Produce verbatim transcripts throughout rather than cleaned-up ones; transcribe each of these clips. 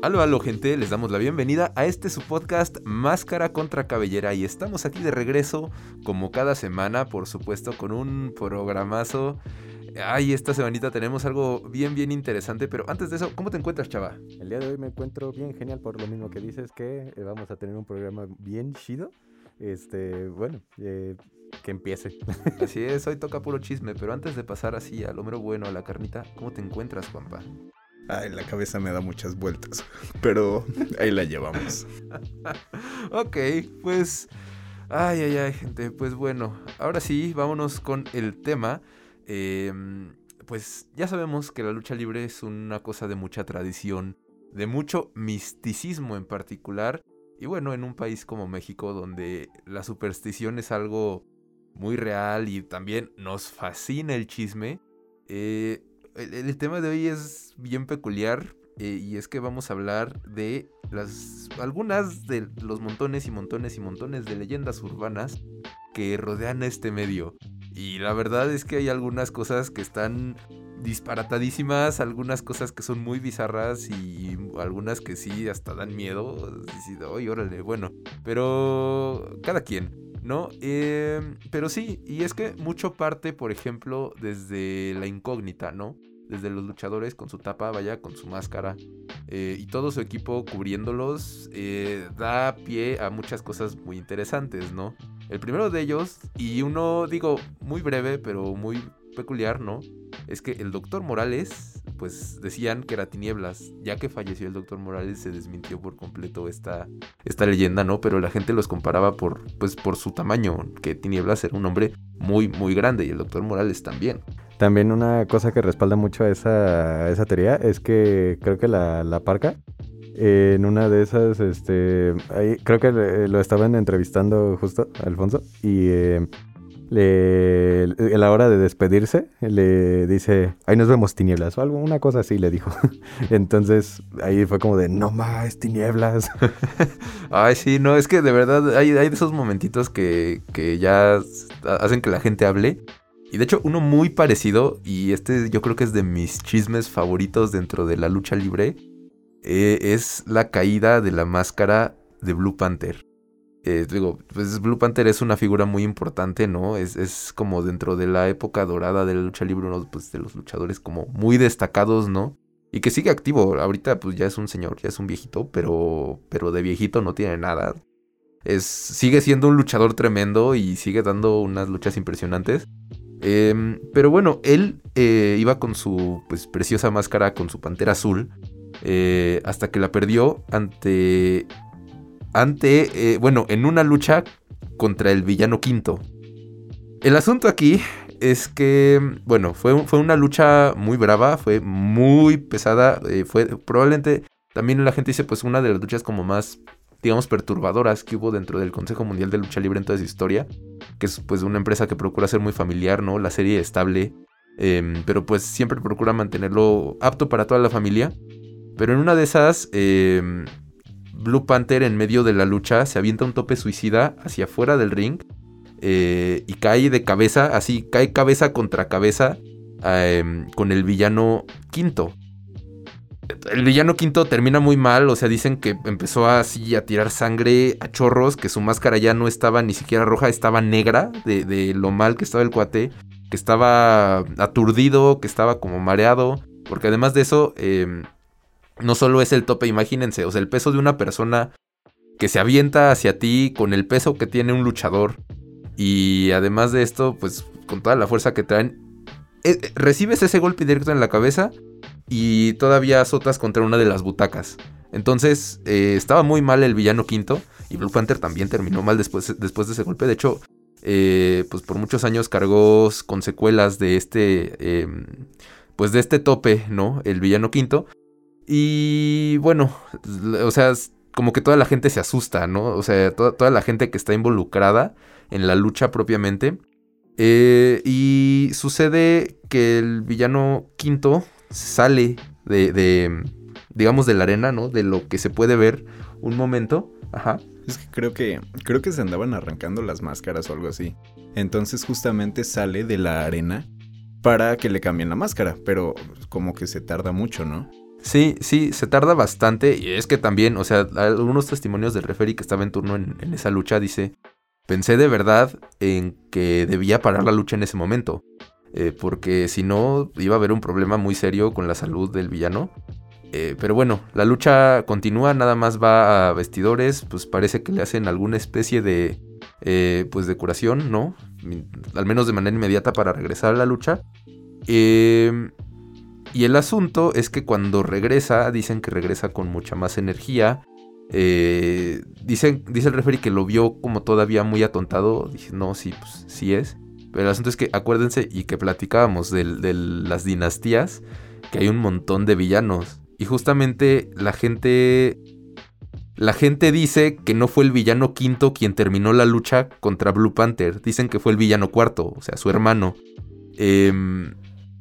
Aló, aló gente, les damos la bienvenida a este su podcast Máscara contra Cabellera y estamos aquí de regreso como cada semana, por supuesto, con un programazo. Ay, esta semanita tenemos algo bien, bien interesante, pero antes de eso, ¿cómo te encuentras, chava? El día de hoy me encuentro bien genial por lo mismo que dices, que eh, vamos a tener un programa bien chido. Este, bueno, eh, que empiece. Así es, hoy toca puro chisme, pero antes de pasar así al hombre bueno, a la carnita, ¿cómo te encuentras, Juanpa? Ay, la cabeza me da muchas vueltas, pero ahí la llevamos. Ok, pues... Ay, ay, ay, gente, pues bueno, ahora sí, vámonos con el tema. Eh, pues ya sabemos que la lucha libre es una cosa de mucha tradición, de mucho misticismo en particular. Y bueno, en un país como México, donde la superstición es algo muy real y también nos fascina el chisme, eh... El, el tema de hoy es bien peculiar eh, y es que vamos a hablar de las algunas de los montones y montones y montones de leyendas urbanas que rodean este medio. Y la verdad es que hay algunas cosas que están disparatadísimas, algunas cosas que son muy bizarras y algunas que sí hasta dan miedo. Ay, órale, bueno, pero cada quien. ¿No? Eh, pero sí, y es que mucho parte, por ejemplo, desde la incógnita, ¿no? Desde los luchadores con su tapa, vaya, con su máscara eh, y todo su equipo cubriéndolos, eh, da pie a muchas cosas muy interesantes, ¿no? El primero de ellos, y uno, digo, muy breve, pero muy peculiar, ¿no? Es que el doctor Morales, pues decían que era Tinieblas. Ya que falleció el doctor Morales se desmintió por completo esta, esta leyenda, ¿no? Pero la gente los comparaba por, pues, por su tamaño, que Tinieblas era un hombre muy, muy grande y el doctor Morales también. También una cosa que respalda mucho a esa, a esa teoría es que creo que la, la Parca, eh, en una de esas, este, ahí, creo que le, lo estaban entrevistando justo, Alfonso, y... Eh, Le, a la hora de despedirse le dice, ahí nos vemos Tinieblas o algo, una cosa así le dijo. Entonces ahí fue como de, no más Tinieblas. Ay, sí, no, es que de verdad hay, hay de esos momentitos que, que ya hacen que la gente hable. Y de hecho uno muy parecido, y este yo creo que es de mis chismes favoritos dentro de la lucha libre, eh, es la caída de la máscara de Blue Panther. Eh, digo, pues Blue Panther es una figura muy importante, ¿no? Es, es como dentro de la época dorada de la lucha libre, uno pues, de los luchadores como muy destacados, ¿no? Y que sigue activo. Ahorita pues ya es un señor, ya es un viejito, pero, pero de viejito no tiene nada. Es, sigue siendo un luchador tremendo y sigue dando unas luchas impresionantes. Eh, pero bueno, él eh, iba con su pues preciosa máscara, con su pantera azul, eh, hasta que la perdió ante... Ante, eh, bueno, en una lucha contra el villano Quinto. El asunto aquí es que, bueno, fue, fue una lucha muy brava, fue muy pesada, eh, fue probablemente, también la gente dice, pues una de las luchas como más, digamos, perturbadoras que hubo dentro del Consejo Mundial de Lucha Libre en toda su historia, que es pues una empresa que procura ser muy familiar, ¿no? La serie estable, eh, pero pues siempre procura mantenerlo apto para toda la familia, pero en una de esas... Eh, Blue Panther en medio de la lucha se avienta un tope suicida hacia afuera del ring eh, y cae de cabeza, así cae cabeza contra cabeza eh, con el villano Quinto. El villano Quinto termina muy mal, o sea, dicen que empezó así a tirar sangre a chorros, que su máscara ya no estaba ni siquiera roja, estaba negra de, de lo mal que estaba el cuate, que estaba aturdido, que estaba como mareado, porque además de eso... Eh, No solo es el tope, imagínense, o sea, el peso de una persona que se avienta hacia ti con el peso que tiene un luchador. Y además de esto, pues con toda la fuerza que traen, eh, recibes ese golpe directo en la cabeza y todavía azotas contra una de las butacas. Entonces, eh, estaba muy mal el villano Quinto y Blue Panther también terminó mal después, después de ese golpe. De hecho, eh, pues por muchos años cargó con secuelas de este, eh, pues de este tope, ¿no? El villano Quinto. Y bueno, o sea, como que toda la gente se asusta, ¿no? O sea, toda, toda la gente que está involucrada en la lucha propiamente. Eh, y sucede que el villano Quinto sale de, de, digamos, de la arena, ¿no? De lo que se puede ver un momento. Ajá. Es que creo que, creo que se andaban arrancando las máscaras o algo así. Entonces justamente sale de la arena para que le cambien la máscara, pero como que se tarda mucho, ¿no? Sí, sí, se tarda bastante. Y es que también, o sea, algunos testimonios del referee que estaba en turno en, en esa lucha dice: pensé de verdad en que debía parar la lucha en ese momento. Eh, porque si no, iba a haber un problema muy serio con la salud del villano. Eh, pero bueno, la lucha continúa, nada más va a vestidores. Pues parece que le hacen alguna especie de, eh, pues de curación, ¿no? Al menos de manera inmediata para regresar a la lucha. Eh... Y el asunto es que cuando regresa, dicen que regresa con mucha más energía. Eh, dicen, dice el referee que lo vio como todavía muy atontado. Dije, no, sí, pues sí es. Pero el asunto es que acuérdense y que platicábamos de, de las dinastías, que hay un montón de villanos. Y justamente la gente... La gente dice que no fue el villano quinto quien terminó la lucha contra Blue Panther. Dicen que fue el villano cuarto, o sea, su hermano. Eh...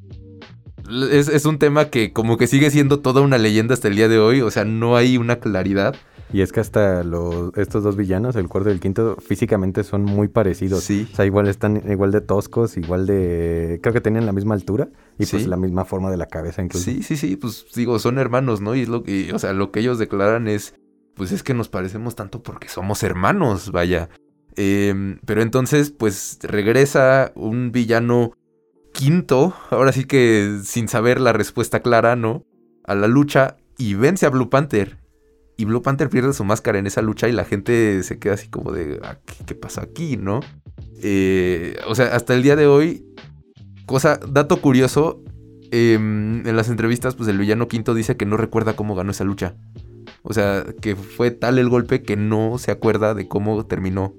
Es, es un tema que como que sigue siendo toda una leyenda hasta el día de hoy. O sea, no hay una claridad. Y es que hasta los, estos dos villanos, el cuarto y el quinto, físicamente son muy parecidos. Sí. O sea, igual están igual de toscos, igual de... Creo que tenían la misma altura y Sí. pues la misma forma de la cabeza incluso. Sí, sí, sí, pues digo, son hermanos, ¿no? Y es lo que, o sea, lo que ellos declaran es, pues es que nos parecemos tanto porque somos hermanos, vaya. Eh, pero entonces, pues regresa un villano quinto, ahora sí que sin saber la respuesta clara, ¿no? A la lucha y vence a Blue Panther. Y Blue Panther pierde su máscara en esa lucha y la gente se queda así como de, ¿qué, qué pasa aquí, no? Eh, o sea, hasta el día de hoy, cosa, dato curioso, eh, en las entrevistas, pues el villano quinto dice que no recuerda cómo ganó esa lucha. O sea, que fue tal el golpe que no se acuerda de cómo terminó.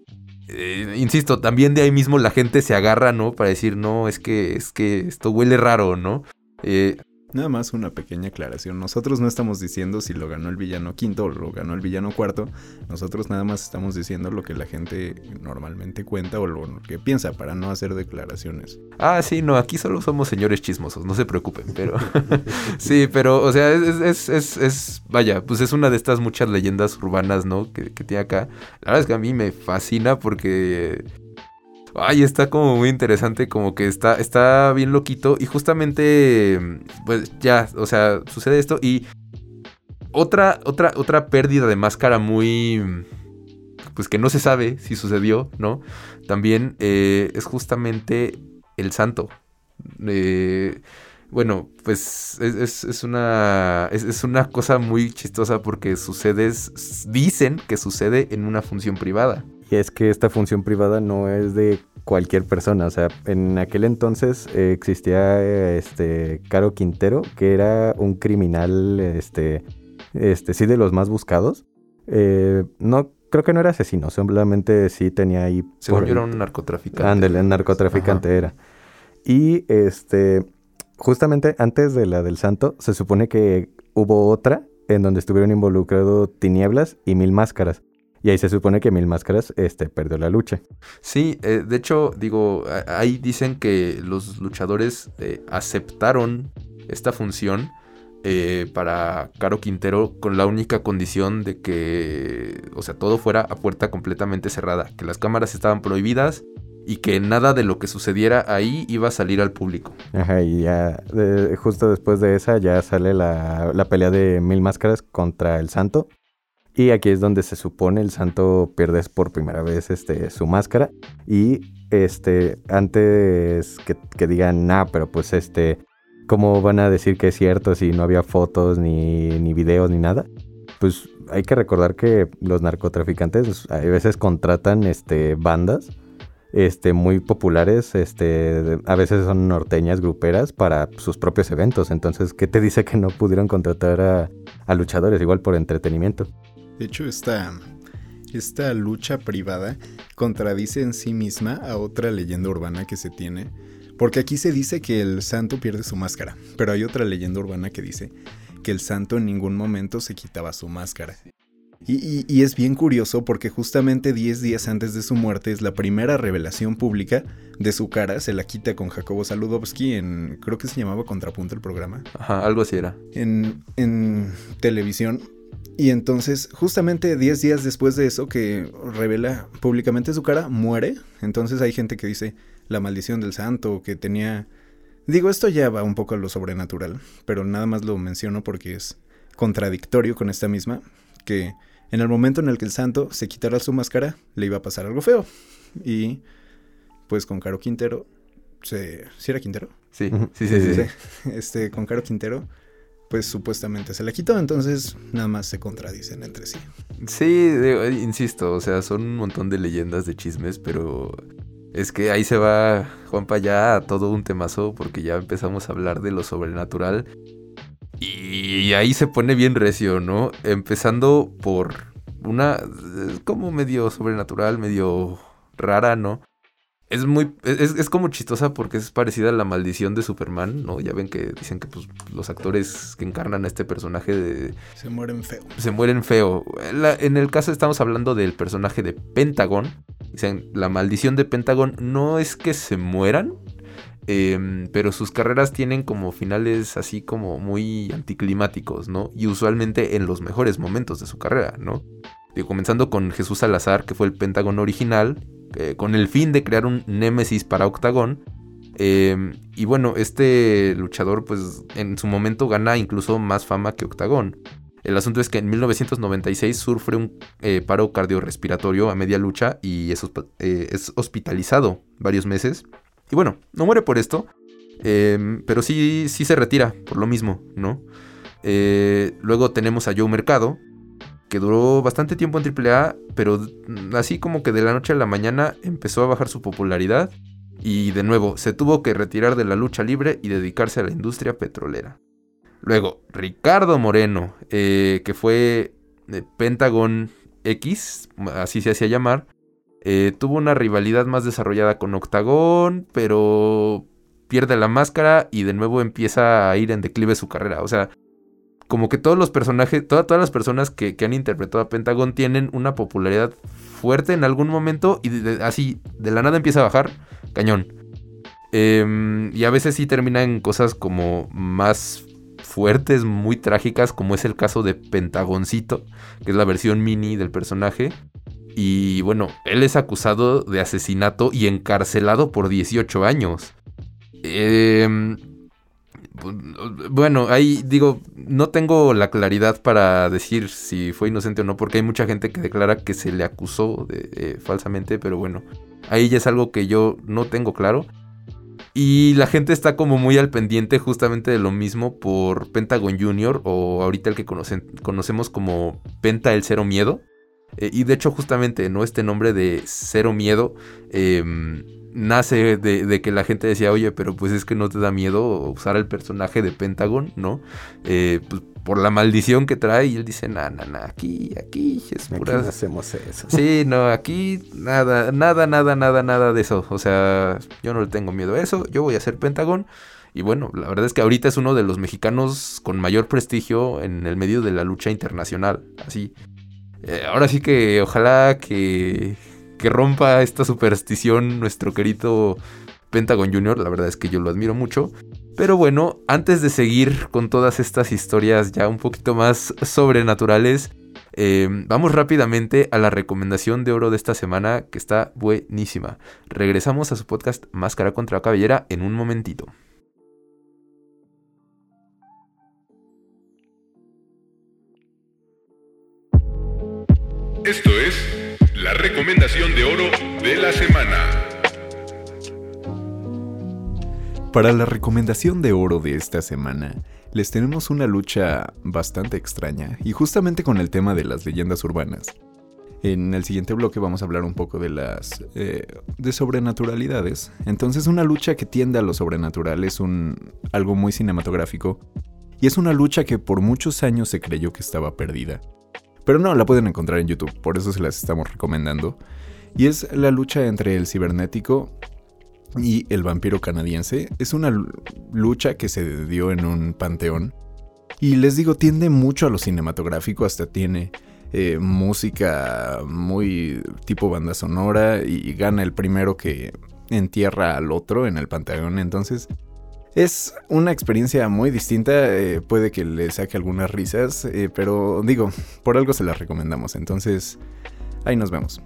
Eh, insisto, también de ahí mismo la gente se agarra, ¿no? Para decir, no, es que, es que esto huele raro, ¿no? Eh, Nada más una pequeña aclaración. Nosotros no estamos diciendo si lo ganó el villano quinto o lo ganó el villano cuarto. Nosotros nada más estamos diciendo lo que la gente normalmente cuenta o lo que piensa para no hacer declaraciones. Ah, sí, no, aquí solo somos señores chismosos, no se preocupen, pero... sí, pero, o sea, es, es, es, es, vaya, pues es una de estas muchas leyendas urbanas, ¿no? Que, que tiene acá. La verdad es que a mí me fascina porque... Ay, está como muy interesante, como que está, está bien loquito. Y justamente, pues ya, o sea, sucede esto. Y otra, otra, otra pérdida de máscara muy... Pues que no se sabe si sucedió, ¿no? También eh, es justamente el santo. Eh, bueno, pues es, es, es una es, es una cosa muy chistosa porque sucede, es, dicen que sucede en una función privada. Y es que esta función privada no es de cualquier persona. O sea, en aquel entonces eh, existía eh, este Caro Quintero, que era un criminal, este, este sí de los más buscados. Eh, no, creo que no era asesino, solamente sí tenía ahí... Según por, yo era un narcotraficante. Ándale, un narcotraficante Ajá. era. Y este, justamente antes de la del santo, se supone que hubo otra en donde estuvieron involucrados Tinieblas y Mil Máscaras. Y ahí se supone que Mil Máscaras este, perdió la lucha. Sí, eh, de hecho, digo, a- ahí dicen que los luchadores eh, aceptaron esta función eh, para Caro Quintero con la única condición de que, o sea, todo fuera a puerta completamente cerrada, que las cámaras estaban prohibidas y que nada de lo que sucediera ahí iba a salir al público. Ajá, y ya eh, justo después de esa ya sale la, la pelea de Mil Máscaras contra el santo. Y aquí es donde se supone el santo pierde por primera vez este, su máscara. Y este antes que, que digan, nah, pero pues este, ¿cómo van a decir que es cierto si no había fotos, ni, ni videos, ni nada? Pues hay que recordar que los narcotraficantes a veces contratan este, bandas este, muy populares, este, a veces son norteñas, gruperas, para sus propios eventos. Entonces, ¿qué te dice que no pudieron contratar a, a luchadores igual por entretenimiento? De hecho, esta, esta lucha privada contradice en sí misma a otra leyenda urbana que se tiene. Porque aquí se dice que el santo pierde su máscara, pero hay otra leyenda urbana que dice que el santo en ningún momento se quitaba su máscara. Y, y, y es bien curioso porque justamente diez días antes de su muerte es la primera revelación pública de su cara. Se la quita con Jacobo Saludowski en, creo que se llamaba Contrapunto el programa. Ajá, algo así era. En, en televisión. Y entonces, justamente diez días después de eso que revela públicamente su cara, muere. Entonces hay gente que dice la maldición del santo, que tenía Digo, esto ya va un poco a lo sobrenatural, pero nada más lo menciono porque es contradictorio con esta misma, que en el momento en el que el santo se quitara su máscara, le iba a pasar algo feo. Y pues con Caro Quintero, se... ¿sí era Quintero? Sí, sí, sí, sí. sí. sí. Este, con Caro Quintero, pues supuestamente se la quitó, entonces nada más se contradicen entre sí. Sí, digo, insisto, o sea, son un montón de leyendas de chismes, pero es que ahí se va, Juanpa, ya a todo un temazo, porque ya empezamos a hablar de lo sobrenatural. Y ahí se pone bien recio, ¿no? Empezando por una, es como medio sobrenatural, medio rara, ¿no? Es muy, es, es como chistosa porque es parecida a la maldición de Superman, ¿no? Ya ven que dicen que pues, los actores que encarnan a este personaje de, se mueren feo. Se mueren feo. La, en el caso estamos hablando del personaje de Pentagon. Dicen, la maldición de Pentagon no es que se mueran, eh, pero sus carreras tienen como finales así como muy anticlimáticos, ¿no? Y usualmente en los mejores momentos de su carrera, ¿no? Digo, comenzando con Jesús Salazar, que fue el Pentagon original, eh, con el fin de crear un némesis para Octagon. Eh, y bueno, este luchador pues en su momento gana incluso más fama que Octagon. El asunto es que en mil novecientos noventa y seis sufre un eh, paro cardiorrespiratorio a media lucha y es, eh, es hospitalizado varios meses. Y bueno, no muere por esto, eh, pero sí, sí se retira por lo mismo, ¿no? Eh, luego tenemos a Joe Mercado, que duró bastante tiempo en triple A, pero así como que de la noche a la mañana empezó a bajar su popularidad y de nuevo se tuvo que retirar de la lucha libre y dedicarse a la industria petrolera. Luego, Ricardo Moreno, eh, que fue eh, Pentagon X, así se hacía llamar, eh, tuvo una rivalidad más desarrollada con Octagon, pero pierde la máscara y de nuevo empieza a ir en declive su carrera. O sea, como que todos los personajes, toda, todas las personas que, que han interpretado a Pentagon tienen una popularidad fuerte en algún momento y de, de, así, de la nada empieza a bajar, cañón. Eh, y a veces sí termina en cosas como más fuertes, muy trágicas, como es el caso de Pentagoncito, que es la versión mini del personaje. Y bueno, él es acusado de asesinato y encarcelado por dieciocho años. Eh, bueno, ahí digo, no tengo la claridad para decir si fue inocente o no, porque hay mucha gente que declara que se le acusó de, eh, falsamente, pero bueno, ahí ya es algo que yo no tengo claro. Y la gente está como muy al pendiente justamente de lo mismo por Pentagon Junior, o ahorita el que conocen, conocemos como Penta el Cero Miedo. Eh, y de hecho justamente, ¿no? Este nombre de Cero Miedo eh, nace de, de que la gente decía, oye, pero pues es que no te da miedo usar el personaje de Pentagon, ¿no? Eh, pues por la maldición que trae. Y él dice, nah, nah, nah, aquí, aquí es pura... Aquí no hacemos eso. Sí, no, aquí nada, nada, nada, nada, nada de eso. O sea, yo no le tengo miedo a eso, yo voy a ser Pentagon. Y bueno, la verdad es que ahorita es uno de los mexicanos con mayor prestigio en el medio de la lucha internacional, así. Eh, ahora sí que ojalá que, que rompa esta superstición nuestro querido Pentagon Junior. La verdad es que yo lo admiro mucho. Pero bueno, antes de seguir con todas estas historias ya un poquito más sobrenaturales, eh, vamos rápidamente a la recomendación de oro de esta semana, que está buenísima. Regresamos a su podcast Máscara contra Cabellera en un momentito. Esto es la recomendación de oro de la semana. Para la recomendación de oro de esta semana, les tenemos una lucha bastante extraña y justamente con el tema de las leyendas urbanas. En el siguiente bloque vamos a hablar un poco de las eh, de sobrenaturalidades. Entonces, una lucha que tiende a lo sobrenatural es un algo muy cinematográfico y es una lucha que por muchos años se creyó que estaba perdida. Pero no, la pueden encontrar en YouTube, por eso se las estamos recomendando. Y es la lucha entre el cibernético y el vampiro canadiense. Es una lucha que se dio en un panteón. Y les digo, tiende mucho a lo cinematográfico, hasta tiene eh, música muy tipo banda sonora y gana el primero que entierra al otro en el panteón. Entonces es una experiencia muy distinta, eh, puede que le saque algunas risas, eh, pero digo, por algo se las recomendamos. Entonces, ahí nos vemos.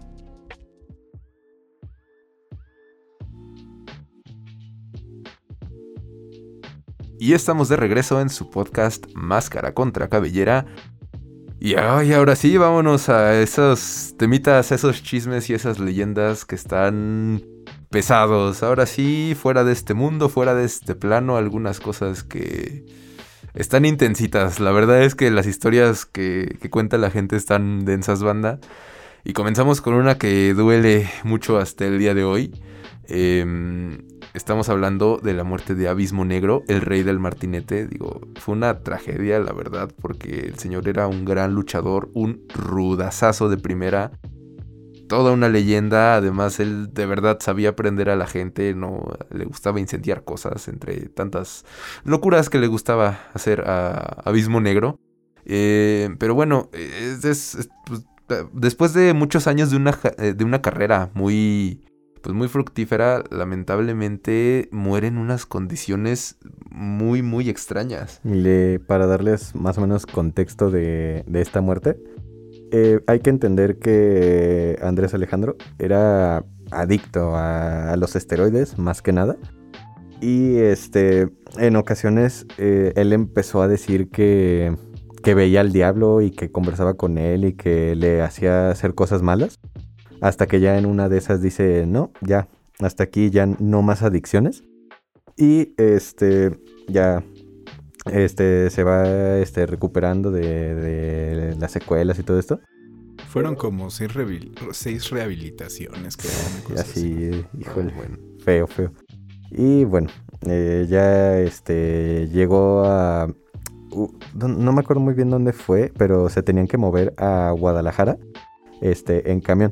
Y estamos de regreso en su podcast Máscara contra Cabellera. Y ay, ahora sí, vámonos a esos temitas, esos chismes y esas leyendas que están pesados. Ahora sí, fuera de este mundo, fuera de este plano, algunas cosas que están intensitas. La verdad es que las historias que, que cuenta la gente están densas, banda. Y comenzamos con una que duele mucho hasta el día de hoy. Eh, estamos hablando de la muerte de Abismo Negro, el rey del martinete. Digo, fue una tragedia, la verdad, porque el señor era un gran luchador, un rudazazo de primera, toda una leyenda. Además, él de verdad sabía prender a la gente, no le gustaba incendiar cosas, entre tantas locuras que le gustaba hacer a Abismo Negro. Eh, pero bueno, es, es, es, pues, después de muchos años de una, de una carrera muy, pues muy fructífera, lamentablemente muere en unas condiciones muy, muy extrañas. Le, para darles más o menos contexto de, de esta muerte, eh, hay que entender que Andrés Alejandro era adicto a, a los esteroides, más que nada. Y este, en ocasiones eh, él empezó a decir que... que veía al diablo y que conversaba con él y que le hacía hacer cosas malas, hasta que ya en una de esas dice, no, ya, hasta aquí ya no más adicciones, y este, ya, este, se va este, recuperando de, de las secuelas y todo esto. Fueron como seis, rehabil- seis rehabilitaciones, creo. Una cosa así, así. híjole, Oh, bueno. feo, feo. Y bueno, eh, ya este, llegó a... Uh, no, no me acuerdo muy bien dónde fue, pero se tenían que mover a Guadalajara este, en camión.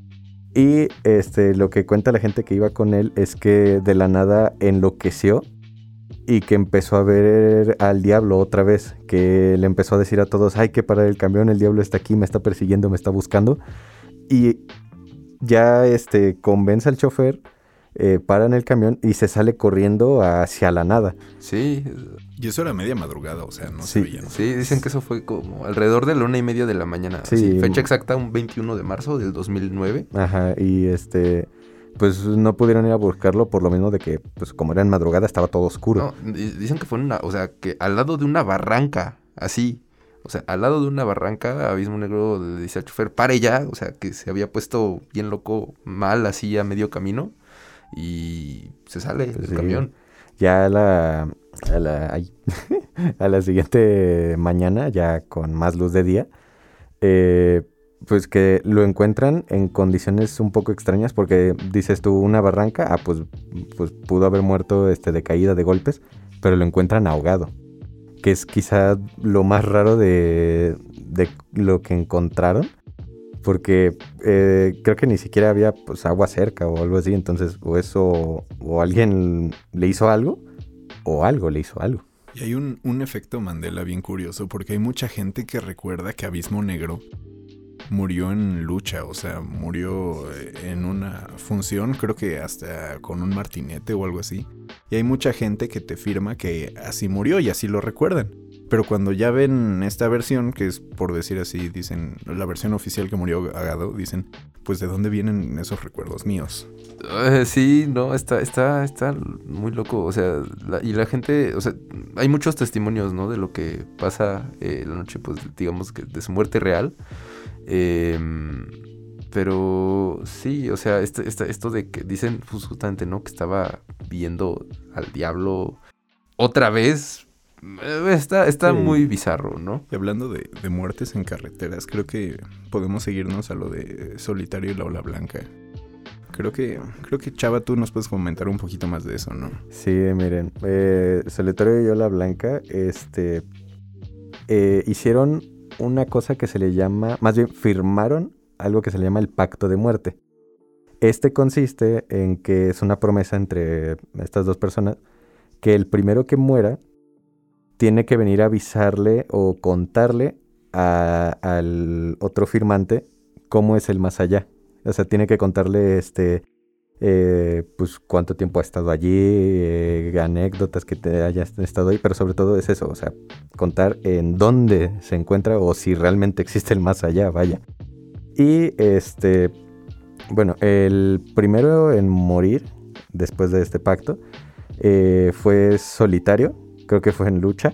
Y este, lo que cuenta la gente que iba con él es que de la nada enloqueció y que empezó a ver al diablo otra vez, que le empezó a decir a todos, hay que parar el camión, el diablo está aquí, me está persiguiendo, me está buscando. Y ya este, convence al chofer, eh, paran el camión y se sale corriendo hacia la nada. Sí, Y eso era media madrugada, o sea, no Sí, se veía. ¿no? sí, dicen que eso fue como alrededor de la una y media de la mañana. Sí. Sí, fecha exacta, un veintiuno de marzo del dos mil nueve. Ajá, y este, pues no pudieron ir a buscarlo por lo mismo de que, pues como era en madrugada, estaba todo oscuro. No, di- dicen que fue en una, o sea, que al lado de una barranca, así. O sea, al lado de una barranca, Abismo Negro le dice al chofer, pare ya. O sea, que se había puesto bien loco, mal, así a medio camino. Y se sale Pues del sí. camión. Ya a la, a la, ay, a la siguiente mañana, ya con más luz de día, eh, pues que lo encuentran en condiciones un poco extrañas, porque dices tú, una barranca, ah, pues, pues pudo haber muerto este, de caída, de golpes, pero lo encuentran ahogado, que es quizá lo más raro de, de lo que encontraron, porque eh, creo que ni siquiera había pues agua cerca o algo así, entonces o eso, o alguien le hizo algo, o algo le hizo algo. Y hay un, un efecto Mandela bien curioso, porque hay mucha gente que recuerda que Abismo Negro murió en lucha, o sea, murió en una función, creo que hasta con un martinete o algo así. Y hay mucha gente que te firma que así murió y así lo recuerdan. Pero cuando ya ven esta versión, que es por decir así, dicen, la versión oficial que murió ahogado, dicen, pues ¿de dónde vienen esos recuerdos míos? Eh, sí, no, está, está, está muy loco, o sea, la- y la gente, o sea, hay muchos testimonios, ¿no? De lo que pasa eh, la noche, pues, digamos que de su muerte real. Eh, pero sí, o sea, este, este- esto de que dicen pues, justamente, ¿no? Que estaba viendo al diablo otra vez, eh, está, está Sí. muy bizarro, ¿no? Y hablando de, de muertes en carreteras, creo que podemos seguirnos a lo de Solitario y la Ola Blanca. Creo que, creo que Chava, tú nos puedes comentar un poquito más de eso, ¿no? Sí, miren, eh, Solitario y Ola Blanca, este, eh, hicieron una cosa que se le llama, más bien firmaron algo que se le llama el pacto de muerte. Este consiste en que es una promesa entre estas dos personas, que el primero que muera tiene que venir a avisarle o contarle a- al otro firmante cómo es el más allá. O sea, tiene que contarle este, eh, pues cuánto tiempo ha estado allí, eh, anécdotas que te hayas estado ahí, pero sobre todo es eso, o sea, contar en dónde se encuentra o si realmente existe el más allá, vaya. Y este, bueno, el primero en morir después de este pacto eh, fue Solitario, creo que fue en Lucha.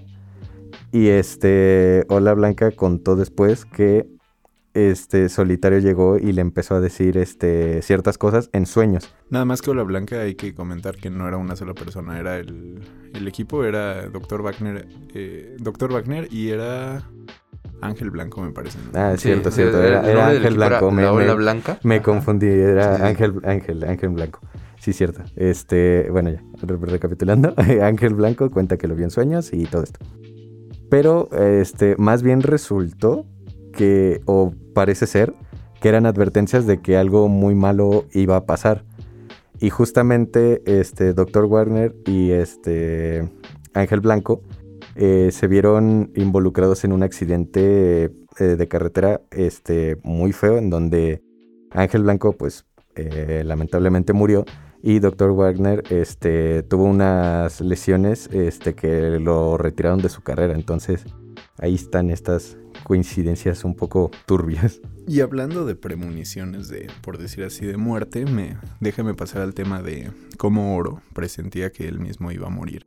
Y este, Ola Blanca contó después que este Solitario llegó y le empezó a decir este ciertas cosas en sueños. Nada más que Ola Blanca hay que comentar que no era una sola persona, era el, el equipo, era doctor Wagner, eh, doctor Wagner y era Ángel Blanco, me parece, ¿no? Ah, Sí, cierto, sí, cierto, el- era, el era nombre del Ángel equipo era Blanco, me, la Ola me- Blanca. me Ajá. confundí, era Sí, sí. Ángel, Ángel, Ángel Blanco. Sí, cierto. Este, bueno, ya, re- recapitulando, Ángel Blanco cuenta que lo vio en sueños y todo esto. Pero, este, más bien resultó que, o parece ser, que eran advertencias de que algo muy malo iba a pasar. Y justamente, este, doctor Wagner y este, Ángel Blanco eh, se vieron involucrados en un accidente eh, de carretera, este, muy feo, en donde Ángel Blanco, pues, eh, lamentablemente murió. Y doctor Wagner este, tuvo unas lesiones este, que lo retiraron de su carrera. Entonces, ahí están estas coincidencias un poco turbias. Y hablando de premoniciones de, por decir así, de muerte, me, déjame pasar al tema de cómo Oro presentía que él mismo iba a morir.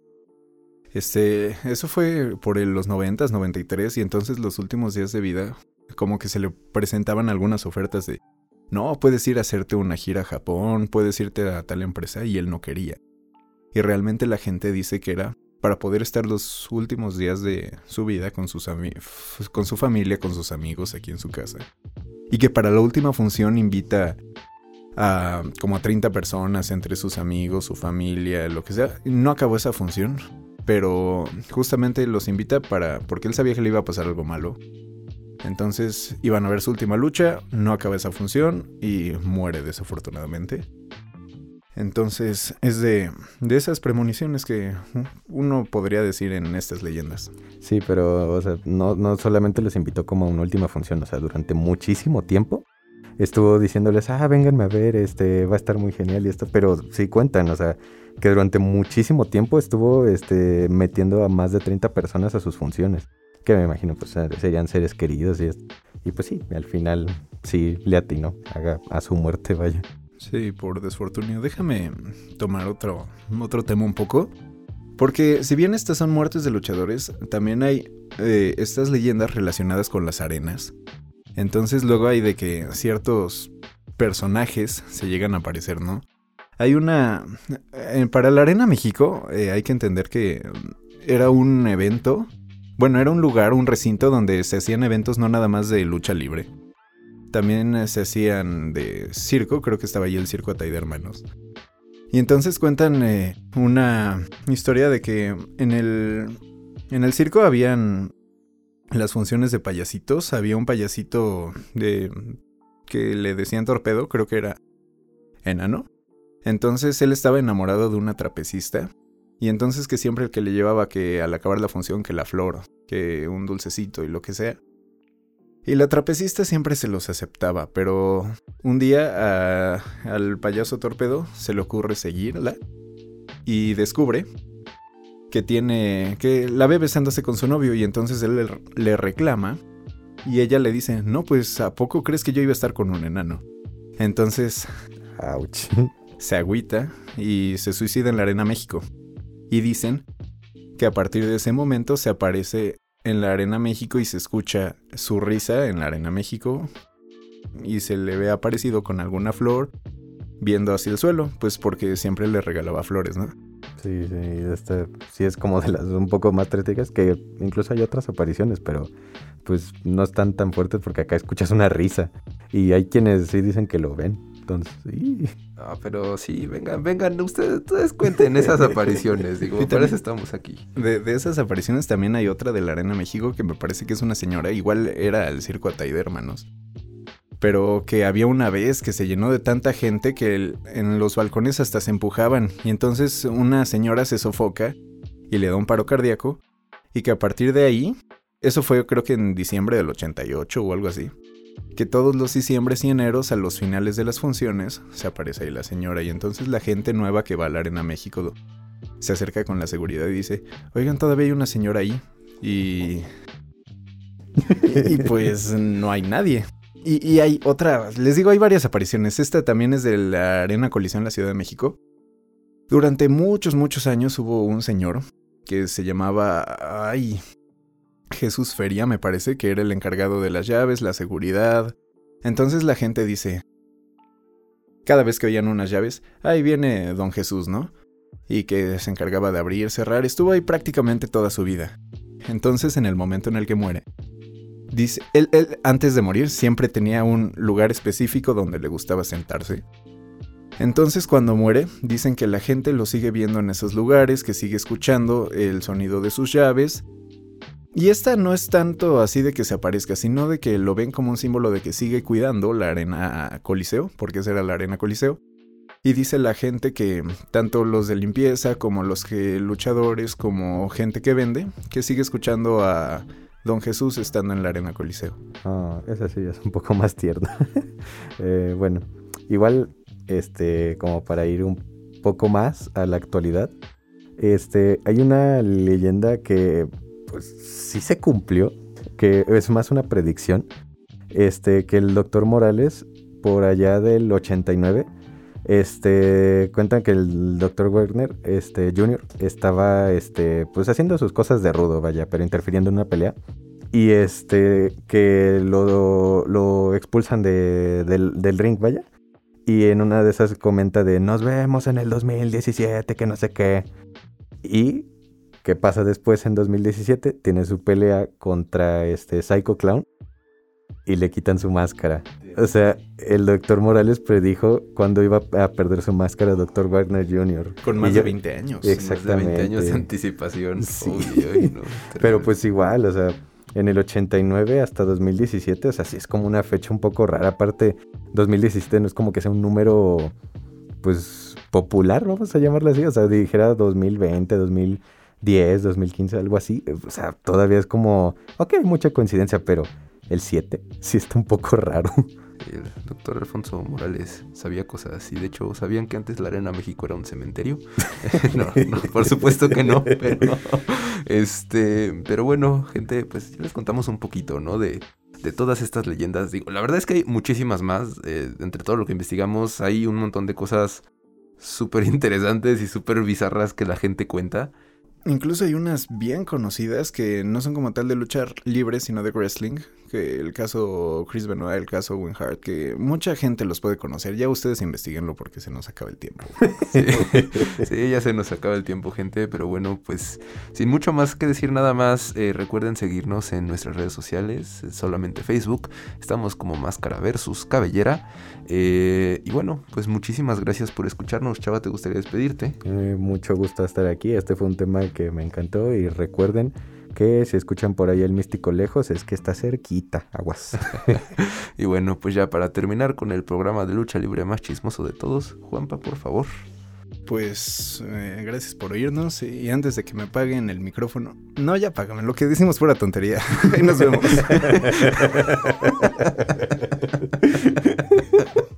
Este, eso fue por el- los noventas, noventa y tres, y entonces los últimos días de vida, como que se le presentaban algunas ofertas de no, puedes ir a hacerte una gira a Japón, puedes irte a tal empresa, y él no quería. Y realmente la gente dice que era para poder estar los últimos días de su vida con, sus ami- f- con su familia, con sus amigos aquí en su casa. Y que para la última función invita a como a treinta personas entre sus amigos, su familia, lo que sea. No acabó esa función, pero justamente los invita para porque él sabía que le iba a pasar algo malo. Entonces iban a ver su última lucha, no acaba esa función y muere desafortunadamente. Entonces es de, de esas premoniciones que uno podría decir en estas leyendas. Sí, pero o sea, no, no solamente los invitó como a una última función, o sea, durante muchísimo tiempo estuvo diciéndoles, ah, vénganme a ver, este, va a estar muy genial y esto, pero sí cuentan, o sea, que durante muchísimo tiempo estuvo este, metiendo a más de treinta personas a sus funciones, que me imagino pues serían seres queridos y esto. Y pues sí, al final sí le atinó a, a su muerte, vaya. Sí, por desfortunio. Déjame tomar otro, otro tema un poco. Porque si bien estas son muertes de luchadores, también hay eh, estas leyendas relacionadas con las arenas. Entonces luego hay de que ciertos personajes se llegan a aparecer, ¿no? Hay una... Eh, para la Arena México eh, hay que entender que era un evento... Bueno, era un lugar, un recinto donde se hacían eventos no nada más de lucha libre. También eh, se hacían de circo, creo que estaba ahí el circo Atay de Hermanos. Y entonces cuentan eh, una historia de que en el, en el circo habían las funciones de payasitos. Había un payasito de que le decían Torpedo, creo que era enano. Entonces él estaba enamorado de una trapecista. Y entonces que siempre el que le llevaba que al acabar la función que la flor, que un dulcecito y lo que sea. Y la trapecista siempre se los aceptaba, pero un día a, al payaso Torpedo se le ocurre seguirla y descubre que tiene que la ve besándose con su novio y entonces él le, le reclama y ella le dice, no, pues ¿a poco crees que yo iba a estar con un enano? Entonces Ouch. se agüita y se suicida en la Arena México. Y dicen que a partir de ese momento se aparece en la Arena México y se escucha su risa en la Arena México y se le ve aparecido con alguna flor viendo hacia el suelo, pues porque siempre le regalaba flores, ¿no? Sí, sí, este, sí es como de las un poco más trágicas, que incluso hay otras apariciones, pero pues no están tan fuertes porque acá escuchas una risa y hay quienes sí dicen que lo ven. Entonces, sí. Ah, pero sí, vengan, vengan, ustedes, ustedes cuenten esas apariciones, digo, Y para también- eso estamos aquí. De, de esas apariciones también hay otra de la Arena México que me parece que es una señora, igual era el circo Atay de Hermanos, pero que había una vez que se llenó de tanta gente que el- en los balcones hasta se empujaban y entonces una señora se sofoca y le da un paro cardíaco y que a partir de ahí, eso fue creo que en diciembre del ochenta y ocho o algo así, que todos los diciembres y eneros a los finales de las funciones se aparece ahí la señora y entonces la gente nueva que va a la Arena México se acerca con la seguridad y dice, oigan, todavía hay una señora ahí y... y, y pues no hay nadie. Y, y hay otra, les digo, hay varias apariciones. Esta también es de la Arena Colisión en la Ciudad de México. Durante muchos, muchos años hubo un señor que se llamaba, ay, Jesús Feria, me parece, que era el encargado de las llaves, la seguridad. Entonces la gente dice, cada vez que oían unas llaves, ahí viene Don Jesús, ¿no? Y que se encargaba de abrir, cerrar, estuvo ahí prácticamente toda su vida. Entonces, en el momento en el que muere, dice, él, él antes de morir siempre tenía un lugar específico donde le gustaba sentarse. Entonces, cuando muere, dicen que la gente lo sigue viendo en esos lugares, que sigue escuchando el sonido de sus llaves. Y esta no es tanto así de que se aparezca, sino de que lo ven como un símbolo de que sigue cuidando la arena Coliseo, porque esa era la arena Coliseo. Y dice la gente que tanto los de limpieza como los que luchadores, como gente que vende, que sigue escuchando a Don Jesús estando en la arena Coliseo. Ah, esa sí es un poco más tierna. eh, bueno, igual, este, como para ir un poco más a la actualidad, este, hay una leyenda que, pues, sí se cumplió, que es más una predicción, este, que el doctor Morales, por allá del ochenta y nueve, este, cuentan que el doctor Wagner, este, junior, estaba, este, pues, haciendo sus cosas de rudo, vaya, pero interfiriendo en una pelea. Y este, que lo, lo expulsan de, del, del ring, vaya. Y en una de esas comenta de, nos vemos en el dos mil diecisiete, que no sé qué. Y, ¿qué pasa después en dos mil diecisiete? Tiene su pelea contra este Psycho Clown y le quitan su máscara. O sea, el doctor Morales predijo cuándo iba a perder su máscara doctor Wagner junior Con más y de yo, veinte años. Exactamente. Más de veinte años de anticipación. Sí. Uy, uy, no, Pero pues igual, o sea, en el ochenta y nueve hasta dos mil diecisiete, o sea, sí es como una fecha un poco rara. Aparte, dos mil diecisiete no es como que sea un número, pues, popular, vamos a llamarlo así. O sea, dijera dos mil veinte, dos mil diez, dos mil quince, algo así. O sea, todavía es como, ok, hay mucha coincidencia, pero el siete sí está un poco raro. El doctor Alfonso Morales sabía cosas así. De hecho, ¿sabían que antes la Arena México era un cementerio? no, no, por supuesto que no, pero este, pero bueno, gente, pues ya les contamos un poquito, ¿no? De, de todas estas leyendas. Digo, la verdad es que hay muchísimas más. Eh, entre todo lo que investigamos, hay un montón de cosas súper interesantes y súper bizarras que la gente cuenta. Incluso hay unas bien conocidas que no son como tal de lucha libre, sino de wrestling. Que el caso Chris Benoit, el caso Owen Hart, que mucha gente los puede conocer. Ya ustedes investiguenlo porque se nos acaba el tiempo. Sí, sí, ya se nos acaba el tiempo, gente. Pero bueno, pues sin mucho más que decir nada más, eh, recuerden seguirnos en nuestras redes sociales, solamente Facebook. Estamos como Máscara versus Cabellera. Eh, y bueno, pues muchísimas gracias por escucharnos. Chava, ¿te gustaría despedirte? Eh, mucho gusto estar aquí. Este fue un tema que me encantó y recuerden que si escuchan por ahí el místico lejos es que está cerquita, aguas. Y bueno, pues ya para terminar con el programa de lucha libre más chismoso de todos, Juanpa, por favor. Pues eh, gracias por oírnos y antes de que me apaguen el micrófono, no, ya apágame, lo que decimos fuera tontería. Ahí nos vemos.